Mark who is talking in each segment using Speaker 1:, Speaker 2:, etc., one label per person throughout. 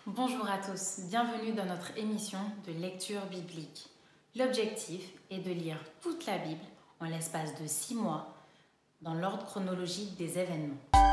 Speaker 1: Bonjour à tous, bienvenue dans notre émission de lecture biblique. L'objectif est de lire toute la Bible en l'espace de 6 mois dans l'ordre chronologique des événements.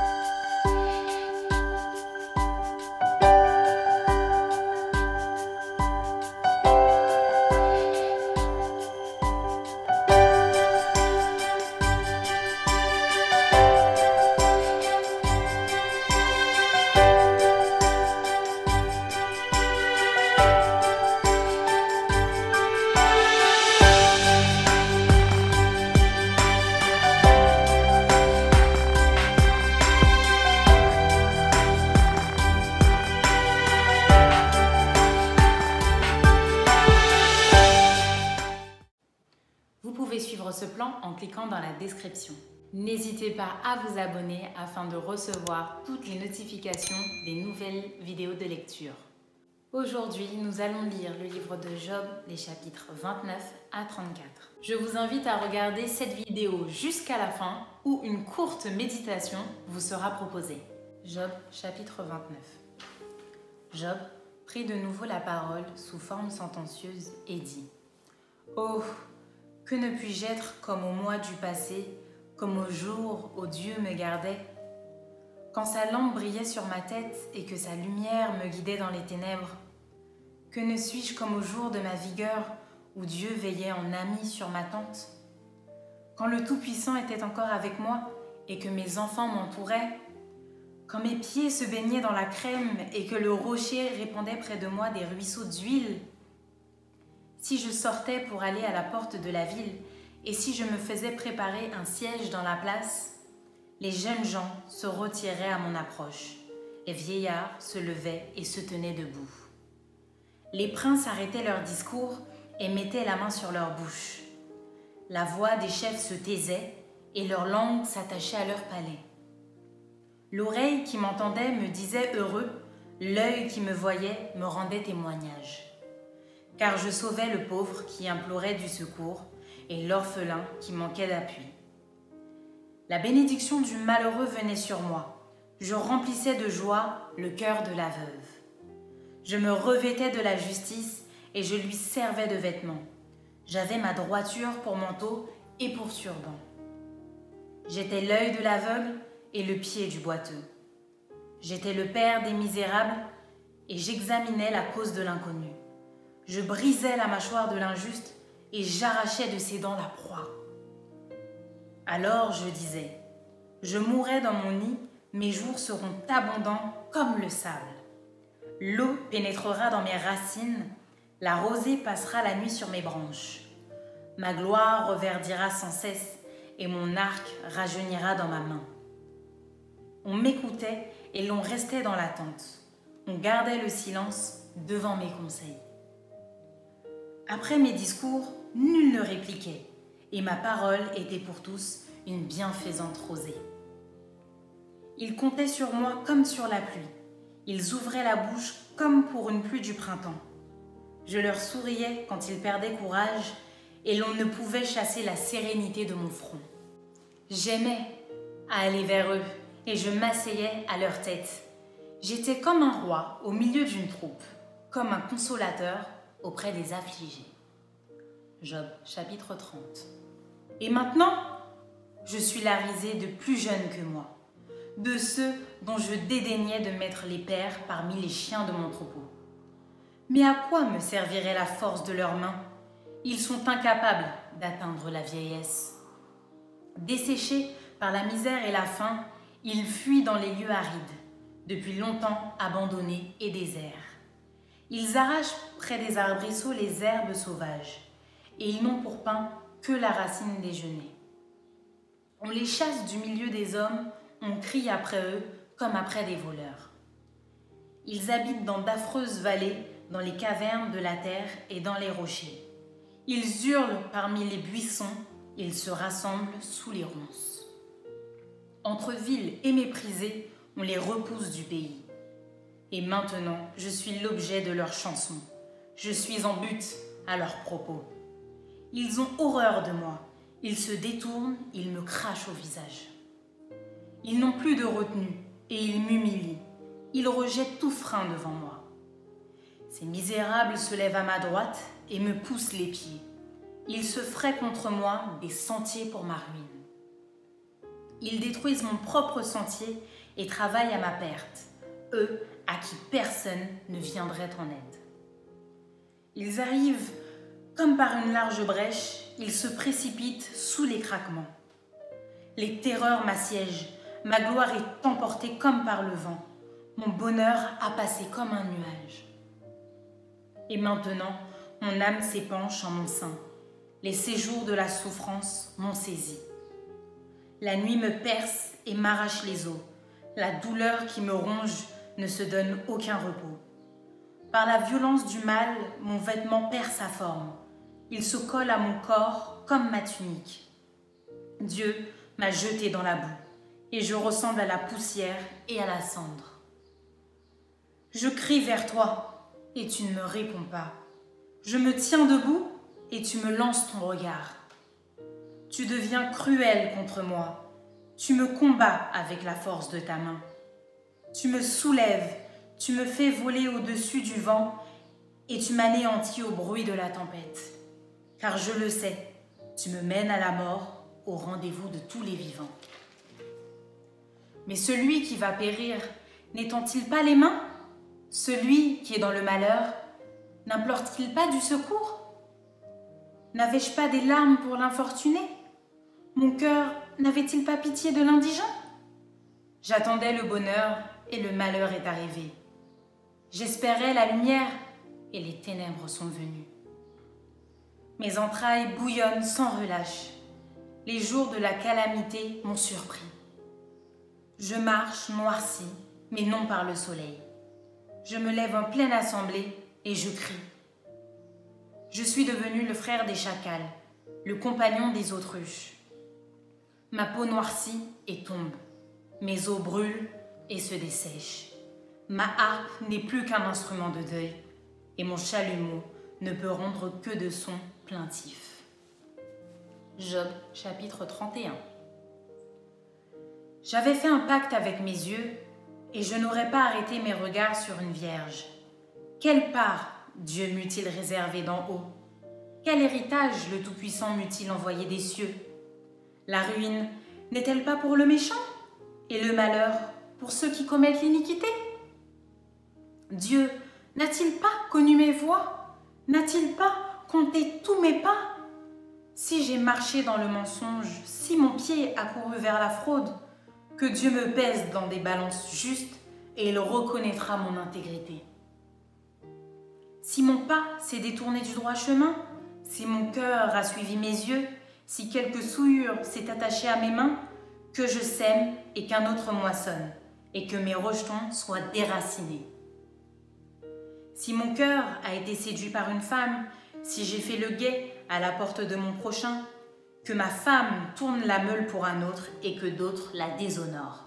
Speaker 1: Vous pouvez suivre ce plan en cliquant dans la description. N'hésitez pas à vous abonner afin de recevoir toutes les notifications des nouvelles vidéos de lecture. Aujourd'hui, nous allons lire le livre de Job, les chapitres 29 à 34. Je vous invite à regarder cette vidéo jusqu'à la fin où une courte méditation vous sera proposée. Job, chapitre 29. Job prit de nouveau la parole sous forme sentencieuse et dit « Oh, que ne puis-je être comme au mois du passé, comme au jour où Dieu me gardait, quand sa lampe brillait sur ma tête et que sa lumière me guidait dans les ténèbres? Que ne suis-je comme au jour de ma vigueur, où Dieu veillait en ami sur ma tente? Quand le Tout-Puissant était encore avec moi et que mes enfants m'entouraient, quand mes pieds se baignaient dans la crème et que le rocher répandait près de moi des ruisseaux d'huile, si je sortais pour aller à la porte de la ville et si je me faisais préparer un siège dans la place, les jeunes gens se retiraient à mon approche, les vieillards se levaient et se tenaient debout. Les princes arrêtaient leur discours et mettaient la main sur leur bouche. La voix des chefs se taisait et leur langue s'attachait à leur palais. L'oreille qui m'entendait me disait heureux, l'œil qui me voyait me rendait témoignage. Car je sauvais le pauvre qui implorait du secours et l'orphelin qui manquait d'appui. La bénédiction du malheureux venait sur moi. Je remplissais de joie le cœur de la veuve. Je me revêtais de la justice et je lui servais de vêtements. J'avais ma droiture pour manteau et pour turban. J'étais l'œil de l'aveugle et le pied du boiteux. J'étais le père des misérables et j'examinais la cause de l'inconnu. Je brisais la mâchoire de l'injuste et j'arrachais de ses dents la proie. Alors je disais, je mourrai dans mon nid, mes jours seront abondants comme le sable. L'eau pénétrera dans mes racines, la rosée passera la nuit sur mes branches. Ma gloire reverdira sans cesse et mon arc rajeunira dans ma main. On m'écoutait et l'on restait dans l'attente. On gardait le silence devant mes conseils. Après mes discours, nul ne répliquait, et ma parole était pour tous une bienfaisante rosée. Ils comptaient sur moi comme sur la pluie. Ils ouvraient la bouche comme pour une pluie du printemps. Je leur souriais quand ils perdaient courage, et l'on ne pouvait chasser la sérénité de mon front. J'aimais à aller vers eux, et je m'asseyais à leur tête. J'étais comme un roi au milieu d'une troupe, comme un consolateur auprès des affligés. Job, chapitre 30. Et maintenant, je suis la risée de plus jeunes que moi, de ceux dont je dédaignais de mettre les pères parmi les chiens de mon troupeau. Mais à quoi me servirait la force de leurs mains? Ils sont incapables d'atteindre la vieillesse. Desséchés par la misère et la faim, ils fuient dans les lieux arides, depuis longtemps abandonnés et déserts. Ils arrachent près des arbrisseaux les herbes sauvages, et ils n'ont pour pain que la racine des genêts. On les chasse du milieu des hommes, on crie après eux comme après des voleurs. Ils habitent dans d'affreuses vallées, dans les cavernes de la terre et dans les rochers. Ils hurlent parmi les buissons, ils se rassemblent sous les ronces. Entre villes et méprisés, on les repousse du pays. Et maintenant, je suis l'objet de leurs chansons. Je suis en butte à leurs propos. Ils ont horreur de moi. Ils se détournent, ils me crachent au visage. Ils n'ont plus de retenue et ils m'humilient. Ils rejettent tout frein devant moi. Ces misérables se lèvent à ma droite et me poussent les pieds. Ils se fraient contre moi des sentiers pour ma ruine. Ils détruisent mon propre sentier et travaillent à ma perte, eux à qui personne ne viendrait en aide. Ils arrivent comme par une large brèche, ils se précipitent sous les craquements. Les terreurs m'assiègent, ma gloire est emportée comme par le vent, mon bonheur a passé comme un nuage. Et maintenant, mon âme s'épanche en mon sein, les séjours de la souffrance m'ont saisi. La nuit me perce et m'arrache les os, la douleur qui me ronge ne se donne aucun repos. Par la violence du mal, mon vêtement perd sa forme. Il se colle à mon corps comme ma tunique. Dieu m'a jeté dans la boue et je ressemble à la poussière et à la cendre. Je crie vers toi et tu ne me réponds pas. Je me tiens debout et tu me lances ton regard. Tu deviens cruel contre moi. Tu me combats avec la force de ta main. Tu me soulèves, tu me fais voler au-dessus du vent et tu m'anéantis au bruit de la tempête. Car je le sais, tu me mènes à la mort, au rendez-vous de tous les vivants. Mais celui qui va périr, n'étend-il pas les mains? Celui qui est dans le malheur, n'implore-t-il pas du secours? N'avais-je pas des larmes pour l'infortuné? Mon cœur n'avait-il pas pitié de l'indigent? J'attendais le bonheur et le malheur est arrivé. J'espérais la lumière et les ténèbres sont venues. Mes entrailles bouillonnent sans relâche. Les jours de la calamité m'ont surpris. Je marche noirci, mais non par le soleil. Je me lève en pleine assemblée et je crie. Je suis devenu le frère des chacals, le compagnon des autruches. Ma peau noircit et tombe. Mes os brûlent et se dessèchent. Ma harpe n'est plus qu'un instrument de deuil et mon chalumeau ne peut rendre que de sons plaintifs. Job, chapitre 31. J'avais fait un pacte avec mes yeux et je n'aurais pas arrêté mes regards sur une vierge. Quelle part Dieu m'eût-il réservé d'en haut? Quel héritage le Tout-Puissant m'eût-il envoyé des cieux? La ruine n'est-elle pas pour le méchant et le malheur pour ceux qui commettent l'iniquité? Dieu n'a-t-il pas connu mes voies? N'a-t-il pas compté tous mes pas? Si j'ai marché dans le mensonge, si mon pied a couru vers la fraude, que Dieu me pèse dans des balances justes et il reconnaîtra mon intégrité. Si mon pas s'est détourné du droit chemin, si mon cœur a suivi mes yeux, si quelque souillure s'est attachée à mes mains, que je sème et qu'un autre moissonne, et que mes rejetons soient déracinés. Si mon cœur a été séduit par une femme, si j'ai fait le guet à la porte de mon prochain, que ma femme tourne la meule pour un autre et que d'autres la déshonorent.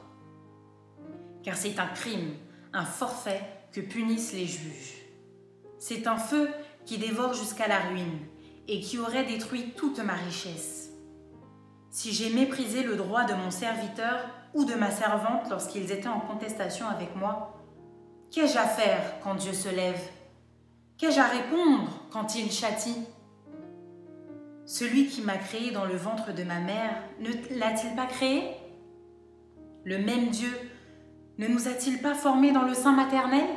Speaker 1: Car c'est un crime, un forfait que punissent les juges. C'est un feu qui dévore jusqu'à la ruine et qui aurait détruit toute ma richesse. Si j'ai méprisé le droit de mon serviteur ou de ma servante lorsqu'ils étaient en contestation avec moi, qu'ai-je à faire quand Dieu se lève? Qu'ai-je à répondre quand il châtie? Celui qui m'a créé dans le ventre de ma mère, ne l'a-t-il pas créé? Le même Dieu ne nous a-t-il pas formés dans le sein maternel?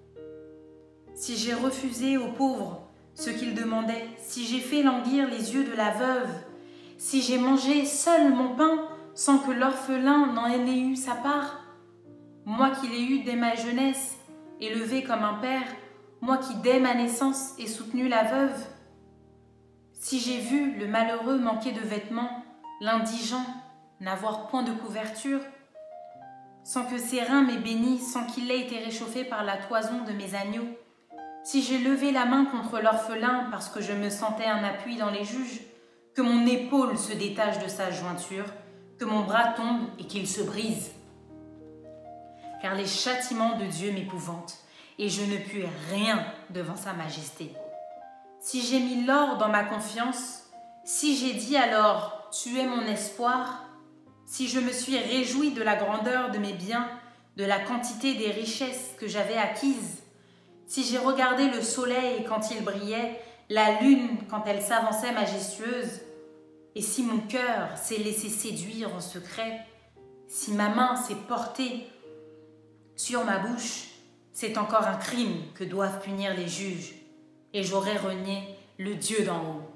Speaker 1: Si j'ai refusé aux pauvres ce qu'ils demandaient, si j'ai fait languir les yeux de la veuve, si j'ai mangé seul mon pain sans que l'orphelin n'en ait eu sa part, moi qui l'ai eu dès ma jeunesse, élevé comme un père, moi qui dès ma naissance ai soutenu la veuve, si j'ai vu le malheureux manquer de vêtements, l'indigent n'avoir point de couverture, sans que ses reins m'aient béni, sans qu'il ait été réchauffé par la toison de mes agneaux, si j'ai levé la main contre l'orphelin parce que je me sentais un appui dans les juges, que mon épaule se détache de sa jointure, que mon bras tombe et qu'il se brise. Car les châtiments de Dieu m'épouvantent et je ne puis rien devant sa majesté. Si j'ai mis l'or dans ma confiance, si j'ai dit alors « tu es mon espoir », si je me suis réjoui de la grandeur de mes biens, de la quantité des richesses que j'avais acquises, si j'ai regardé le soleil quand il brillait, la lune quand elle s'avançait majestueuse, et si mon cœur s'est laissé séduire en secret, si ma main s'est portée sur ma bouche, c'est encore un crime que doivent punir les juges, et j'aurais renié le Dieu d'en haut.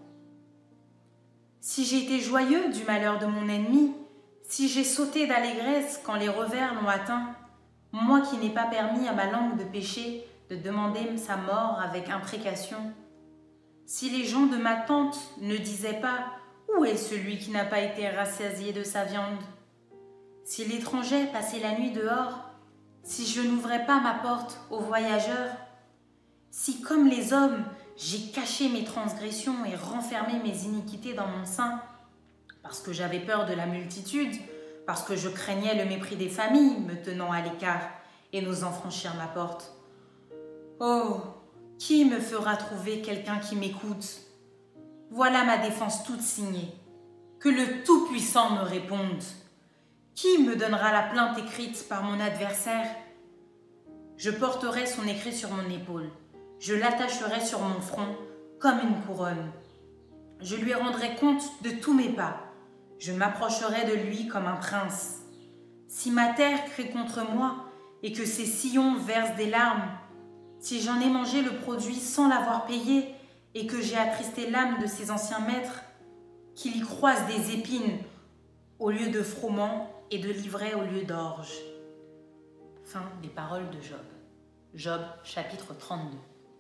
Speaker 1: Si j'ai été joyeux du malheur de mon ennemi, si j'ai sauté d'allégresse quand les revers l'ont atteint, moi qui n'ai pas permis à ma langue de pécher de demander sa mort avec imprécation, si les gens de ma tente ne disaient pas « Où est celui qui n'a pas été rassasié de sa viande ?» Si l'étranger passait la nuit dehors, si je n'ouvrais pas ma porte aux voyageurs, si comme les hommes, j'ai caché mes transgressions et renfermé mes iniquités dans mon sein, parce que j'avais peur de la multitude, parce que je craignais le mépris des familles me tenant à l'écart et n'osant franchir ma porte. Oh, qui me fera trouver quelqu'un qui m'écoute? Voilà ma défense toute signée. Que le Tout-Puissant me réponde. Qui me donnera la plainte écrite par mon adversaire? Je porterai son écrit sur mon épaule. Je l'attacherai sur mon front comme une couronne. Je lui rendrai compte de tous mes pas. Je m'approcherai de lui comme un prince. Si ma terre crie contre moi et que ses sillons versent des larmes, si j'en ai mangé le produit sans l'avoir payé et que j'ai attristé l'âme de ses anciens maîtres, qu'il y croise des épines au lieu de froment et de l'ivraie au lieu d'orge. Fin des paroles de Job. Job, chapitre 32.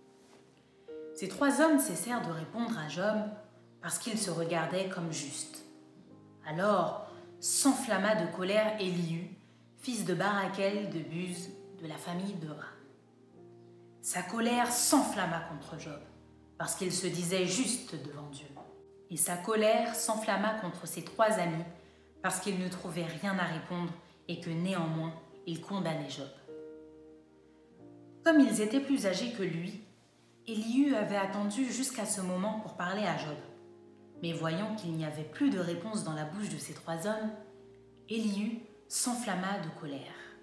Speaker 1: Ces trois hommes cessèrent de répondre à Job parce qu'ils se regardaient comme justes. Alors s'enflamma de colère Élihu, fils de Barakel de Buz, de la famille de Ra. Sa colère s'enflamma contre Job parce qu'il se disait juste devant Dieu. Et sa colère s'enflamma contre ses trois amis parce qu'ils ne trouvaient rien à répondre et que néanmoins ils condamnaient Job. Comme ils étaient plus âgés que lui, Élihu avait attendu jusqu'à ce moment pour parler à Job. Mais voyant qu'il n'y avait plus de réponse dans la bouche de ces trois hommes, Élihu s'enflamma de colère.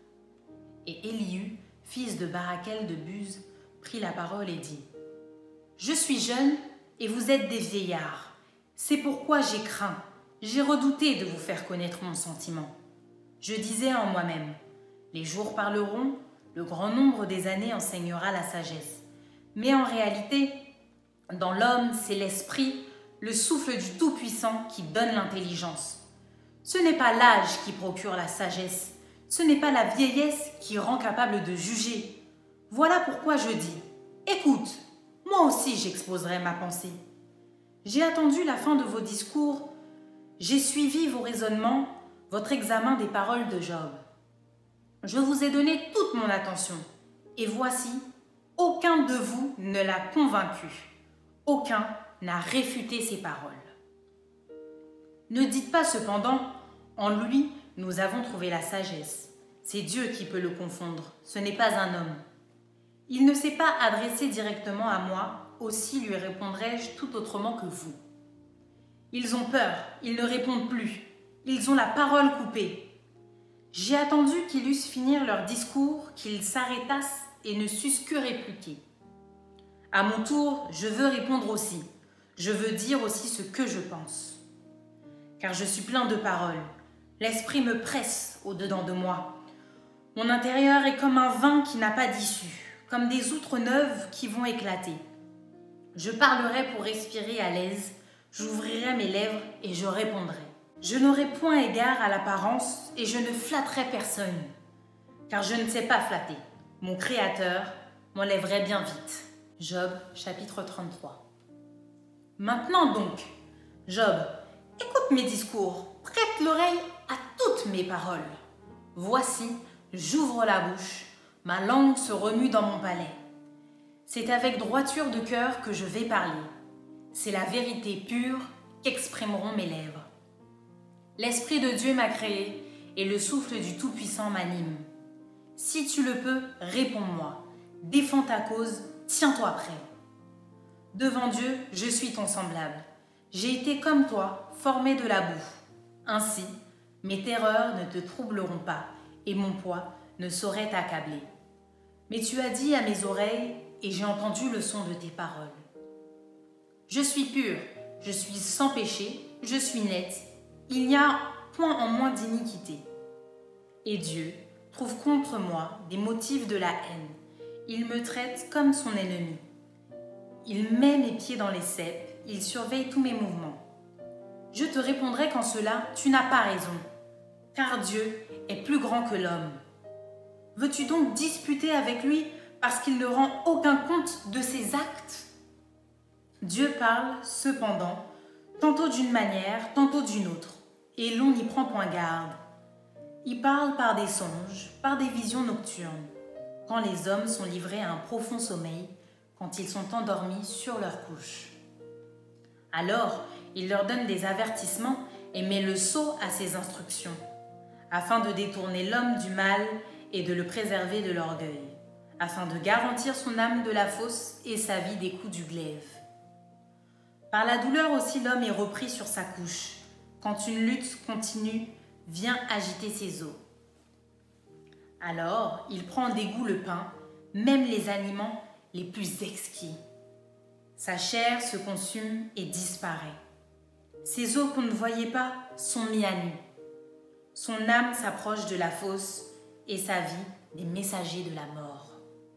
Speaker 1: Et Élihu, fils de Barakel de Buz, prit la parole et dit : « Je suis jeune et vous êtes des vieillards. C'est pourquoi j'ai craint, j'ai redouté de vous faire connaître mon sentiment. Je disais en moi-même : les jours parleront, le grand nombre des années enseignera la sagesse. Mais en réalité, dans l'homme, c'est l'esprit, le souffle du Tout-Puissant qui donne l'intelligence. Ce n'est pas l'âge qui procure la sagesse, ce n'est pas la vieillesse qui rend capable de juger. Voilà pourquoi je dis : écoute, moi aussi j'exposerai ma pensée. J'ai attendu la fin de vos discours, j'ai suivi vos raisonnements, votre examen des paroles de Job. Je vous ai donné toute mon attention, et voici, aucun de vous ne l'a convaincu, aucun n'a réfuté ses paroles. Ne dites pas cependant, en lui nous avons trouvé la sagesse. C'est Dieu qui peut le confondre, ce n'est pas un homme. Il ne s'est pas adressé directement à moi, aussi lui répondrai-je tout autrement que vous. Ils ont peur, ils ne répondent plus, ils ont la parole coupée. J'ai attendu qu'ils eussent fini leur discours, qu'ils s'arrêtassent et ne sussent que répliquer. À mon tour, je veux répondre aussi. Je veux dire aussi ce que je pense. Car je suis plein de paroles. L'esprit me presse au-dedans de moi. Mon intérieur est comme un vin qui n'a pas d'issue, comme des outres neuves qui vont éclater. Je parlerai pour respirer à l'aise, j'ouvrirai mes lèvres et je répondrai. Je n'aurai point égard à l'apparence et je ne flatterai personne, car je ne sais pas flatter. Mon Créateur m'enlèverait bien vite. Job, chapitre 33. Maintenant donc, Job, écoute mes discours, prête l'oreille à toutes mes paroles. Voici, j'ouvre la bouche, ma langue se remue dans mon palais. C'est avec droiture de cœur que je vais parler. C'est la vérité pure qu'exprimeront mes lèvres. L'Esprit de Dieu m'a créé et le souffle du Tout-Puissant m'anime. Si tu le peux, réponds-moi. Défends ta cause, tiens-toi prêt. Devant Dieu, je suis ton semblable. J'ai été comme toi, formé de la boue. Ainsi, mes terreurs ne te troubleront pas et mon poids ne saurait t'accabler. Mais tu as dit à mes oreilles, et j'ai entendu le son de tes paroles. Je suis pur, je suis sans péché, je suis net, il n'y a point en moi d'iniquité. Et Dieu trouve contre moi des motifs de la haine. Il me traite comme son ennemi. Il met mes pieds dans les ceps, il surveille tous mes mouvements. Je te répondrai qu'en cela, tu n'as pas raison, car Dieu est plus grand que l'homme. Veux-tu donc disputer avec lui parce qu'il ne rend aucun compte de ses actes? Dieu parle, cependant, tantôt d'une manière, tantôt d'une autre, et l'on n'y prend point garde. Il parle par des songes, par des visions nocturnes, quand les hommes sont livrés à un profond sommeil, quand ils sont endormis sur leur couche. Alors, il leur donne des avertissements et met le sceau à ses instructions, afin de détourner l'homme du mal et de le préserver de l'orgueil, afin de garantir son âme de la fosse et sa vie des coups du glaive. Par la douleur aussi l'homme est repris sur sa couche, quand une lutte continue vient agiter ses os. Alors, il prend en dégoût le pain, même les aliments les plus exquis. Sa chair se consume et disparaît. Ses os qu'on ne voyait pas sont mis à nu. Son âme s'approche de la fosse et sa vie des messagers de la mort.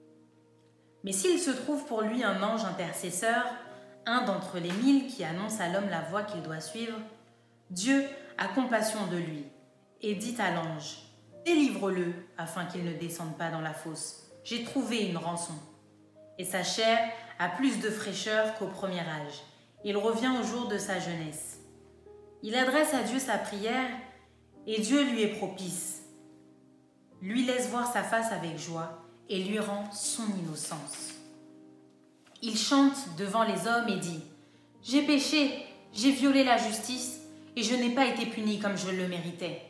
Speaker 1: Mais s'il se trouve pour lui un ange intercesseur, un d'entre les 1000 qui annonce à l'homme la voie qu'il doit suivre, Dieu a compassion de lui et dit à l'ange, « Délivre-le afin qu'il ne descende pas dans la fosse. J'ai trouvé une rançon. » Et sa chair a plus de fraîcheur qu'au premier âge. Il revient au jour de sa jeunesse. Il adresse à Dieu sa prière et Dieu lui est propice. Lui laisse voir sa face avec joie et lui rend son innocence. Il chante devant les hommes et dit « J'ai péché, j'ai violé la justice et je n'ai pas été puni comme je le méritais.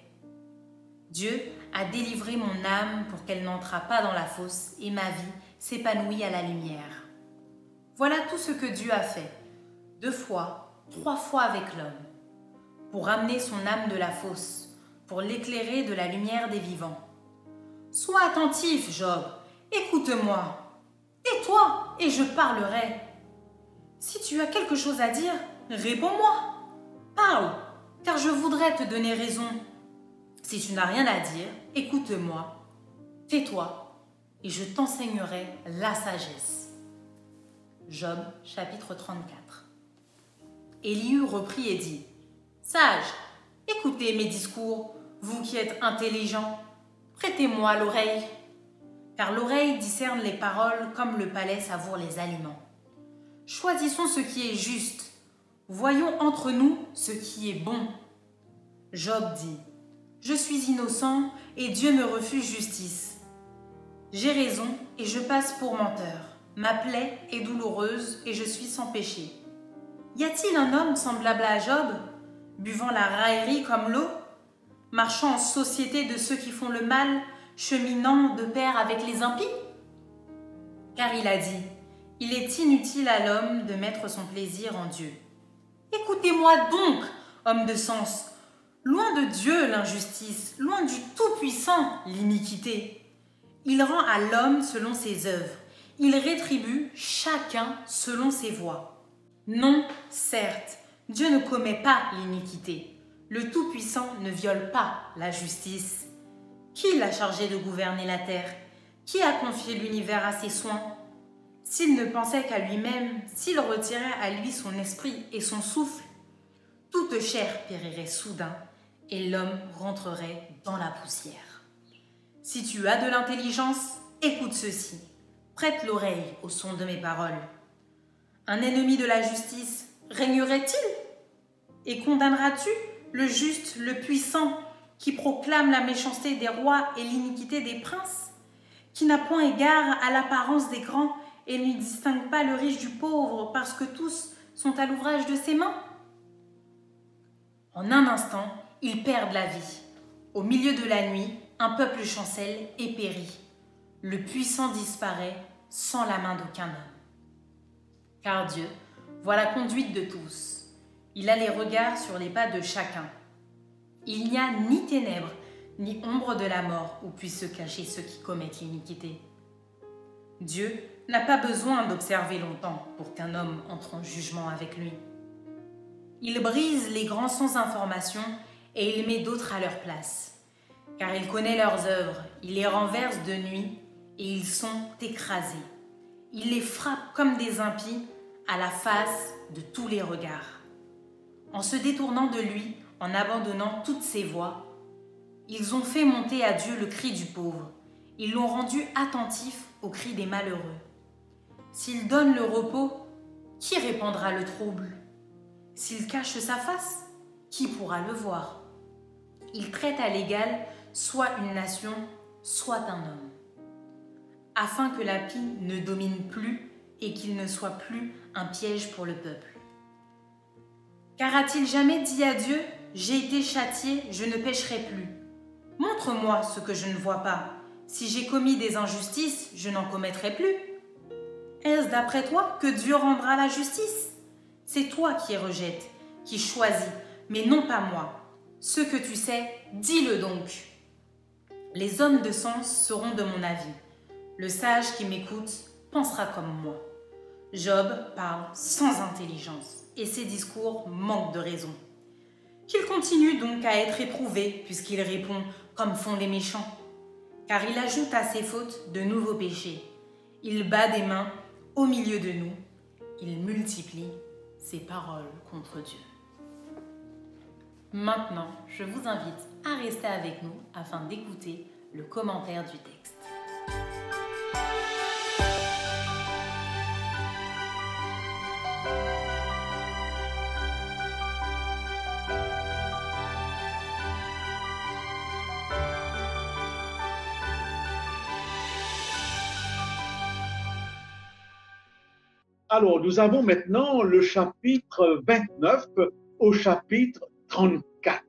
Speaker 1: Dieu a délivré mon âme pour qu'elle n'entrât pas dans la fosse et ma vie s'épanouit à la lumière. » Voilà tout ce que Dieu a fait, 2 fois, 3 fois avec l'homme, pour ramener son âme de la fosse, pour l'éclairer de la lumière des vivants. Sois attentif, Job, écoute-moi. Tais-toi et je parlerai. Si tu as quelque chose à dire, réponds-moi. Parle, car je voudrais te donner raison. Si tu n'as rien à dire, écoute-moi. Tais-toi et je t'enseignerai la sagesse. Job, chapitre 34. Élihu reprit et dit, « Sage, écoutez mes discours, vous qui êtes intelligents, prêtez-moi l'oreille. » Car l'oreille discerne les paroles comme le palais savoure les aliments. Choisissons ce qui est juste. Voyons entre nous ce qui est bon. Job dit, « Je suis innocent et Dieu me refuse justice. J'ai raison et je passe pour menteur. Ma plaie est douloureuse et je suis sans péché. Y a-t-il un homme semblable à Job, buvant la raillerie comme l'eau, marchant en société de ceux qui font le mal, cheminant de pair avec les impies? Car il a dit, il est inutile à l'homme de mettre son plaisir en Dieu. Écoutez-moi donc, homme de sens, loin de Dieu l'injustice, loin du Tout-Puissant l'iniquité. Il rend à l'homme selon ses œuvres, il rétribue chacun selon ses voies. Non, certes, Dieu ne commet pas l'iniquité. Le Tout-Puissant ne viole pas la justice. Qui l'a chargé de gouverner la terre? Qui a confié l'univers à ses soins? S'il ne pensait qu'à lui-même, s'il retirait à lui son esprit et son souffle, toute chair périrait soudain et l'homme rentrerait dans la poussière. Si tu as de l'intelligence, écoute ceci. Prête l'oreille au son de mes paroles. Un ennemi de la justice régnerait-il? Et condamneras-tu le juste, le puissant, qui proclame la méchanceté des rois et l'iniquité des princes, qui n'a point égard à l'apparence des grands et ne distingue pas le riche du pauvre parce que tous sont à l'ouvrage de ses mains? En un instant, ils perdent la vie. Au milieu de la nuit, un peuple chancelle et périt. Le puissant disparaît sans la main d'aucun homme. Car Dieu voit la conduite de tous. Il a les regards sur les pas de chacun. Il n'y a ni ténèbres, ni ombre de la mort où puissent se cacher ceux qui commettent l'iniquité. Dieu n'a pas besoin d'observer longtemps pour qu'un homme entre en jugement avec lui. Il brise les grands sans information et il met d'autres à leur place. Car il connaît leurs œuvres, il les renverse de nuit et ils sont écrasés. Il les frappe comme des impies à la face de tous les regards. En se détournant de lui, en abandonnant toutes ses voies, ils ont fait monter à Dieu le cri du pauvre. Ils l'ont rendu attentif au cri des malheureux. S'il donne le repos, qui répandra le trouble? S'il cache sa face, qui pourra le voir? Il traite à l'égal soit une nation, soit un homme, afin que la pie ne domine plus et qu'il ne soit plus un piège pour le peuple. Car a-t-il jamais dit à Dieu, « J'ai été châtié, je ne pécherai plus. Montre-moi ce que je ne vois pas. Si j'ai commis des injustices, je n'en commettrai plus. » Est-ce d'après toi que Dieu rendra la justice? C'est toi qui rejettes, qui choisis, mais non pas moi. Ce que tu sais, dis-le donc. Les hommes de sens seront de mon avis. Le sage qui m'écoute pensera comme moi. Job parle sans intelligence et ses discours manquent de raison. Qu'il continue donc à être éprouvé puisqu'il répond comme font les méchants. Car il ajoute à ses fautes de nouveaux péchés. Il bat des mains au milieu de nous. Il multiplie ses paroles contre Dieu. Maintenant, je vous invite à rester avec nous afin d'écouter le commentaire du texte.
Speaker 2: Alors, nous avons maintenant le chapitre 29 au chapitre 34.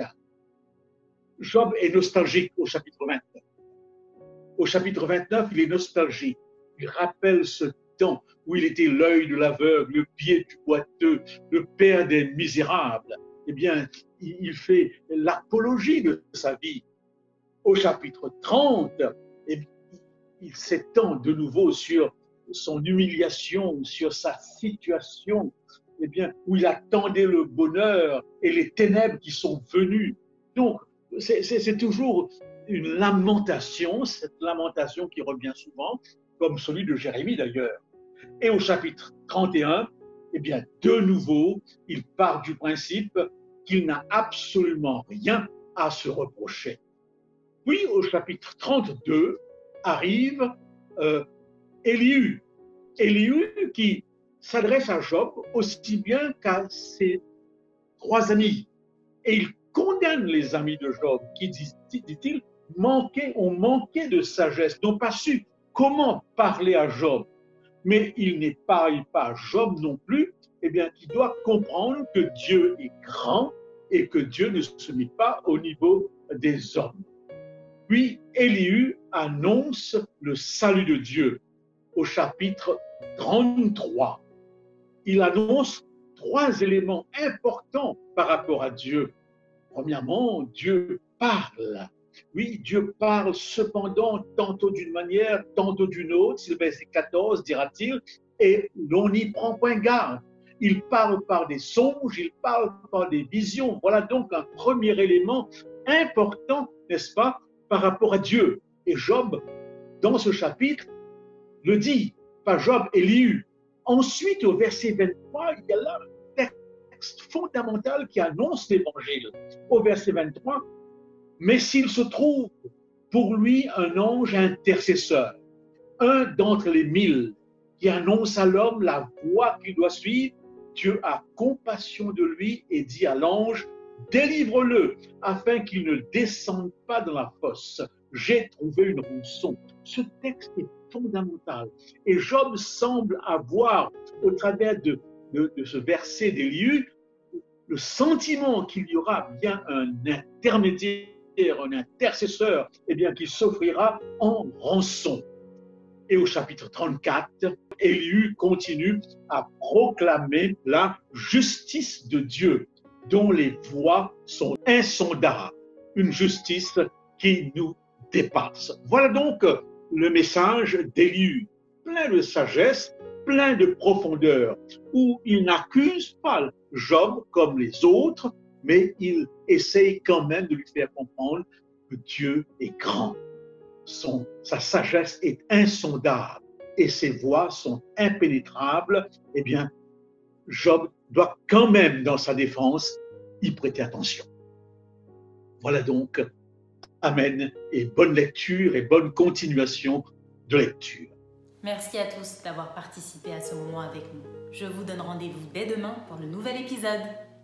Speaker 2: Job est nostalgique au chapitre 29. Au chapitre 29, il est nostalgique. Il rappelle ce temps où il était l'œil de l'aveugle, le pied du boiteux, le père des misérables. Eh bien, il fait l'apologie de sa vie. Au chapitre 30, eh bien, il s'étend de nouveau sur son humiliation, sur sa situation, eh bien, où il attendait le bonheur et les ténèbres qui sont venues. Donc, c'est toujours une lamentation, cette lamentation qui revient souvent, comme celui de Jérémie d'ailleurs. Et au chapitre 31, eh bien, de nouveau, il part du principe qu'il n'a absolument rien à se reprocher. Puis, au chapitre 32, arrive Élihu. Élihu qui s'adresse à Job aussi bien qu'à ses trois amis. Et il condamne les amis de Job qui, dit-il, ont manqué de sagesse, n'ont pas su comment parler à Job. Mais il n'épargne pas Job non plus, eh bien, qui doit comprendre que Dieu est grand et que Dieu ne se met pas au niveau des hommes. Puis Élihu annonce le salut de Dieu au chapitre 33. Il annonce trois éléments importants par rapport à Dieu. Premièrement, Dieu parle. Oui, Dieu parle cependant tantôt d'une manière, tantôt d'une autre. C'est le verset 14, dira-t-il, et l'on n'y prend point garde. Il parle par des songes, il parle par des visions. Voilà donc un premier élément important, n'est-ce pas, par rapport à Dieu. Et Job, dans ce chapitre, le dit, pas Job, Élihu. Ensuite, au verset 23, il y a là un texte fondamental qui annonce l'évangile. Au verset 23, mais s'il se trouve pour lui un ange intercesseur, un d'entre les 1000, qui annonce à l'homme la voie qu'il doit suivre, Dieu a compassion de lui et dit à l'ange, délivre-le afin qu'il ne descende pas dans la fosse. J'ai trouvé une rançon. Ce texte est fondamental. Et Job semble avoir, au travers de ce verset d'Élihu, le sentiment qu'il y aura bien un intermédiaire, un intercesseur, eh bien, qui s'offrira en rançon. Et au chapitre 34, Élihu continue à proclamer la justice de Dieu, dont les voies sont insondables. Une justice qui nous dépasse. Voilà donc le message d'Élihu. plein de sagesse, plein de profondeur, où il n'accuse pas Job comme les autres, mais il essaye quand même de lui faire comprendre que Dieu est grand. Sa sagesse est insondable et ses voies sont impénétrables. Eh bien, Job doit quand même, dans sa défense, y prêter attention. Voilà donc, amen, et bonne lecture et bonne continuation de lecture.
Speaker 1: Merci à tous d'avoir participé à ce moment avec nous. Je vous donne rendez-vous dès demain pour le nouvel épisode.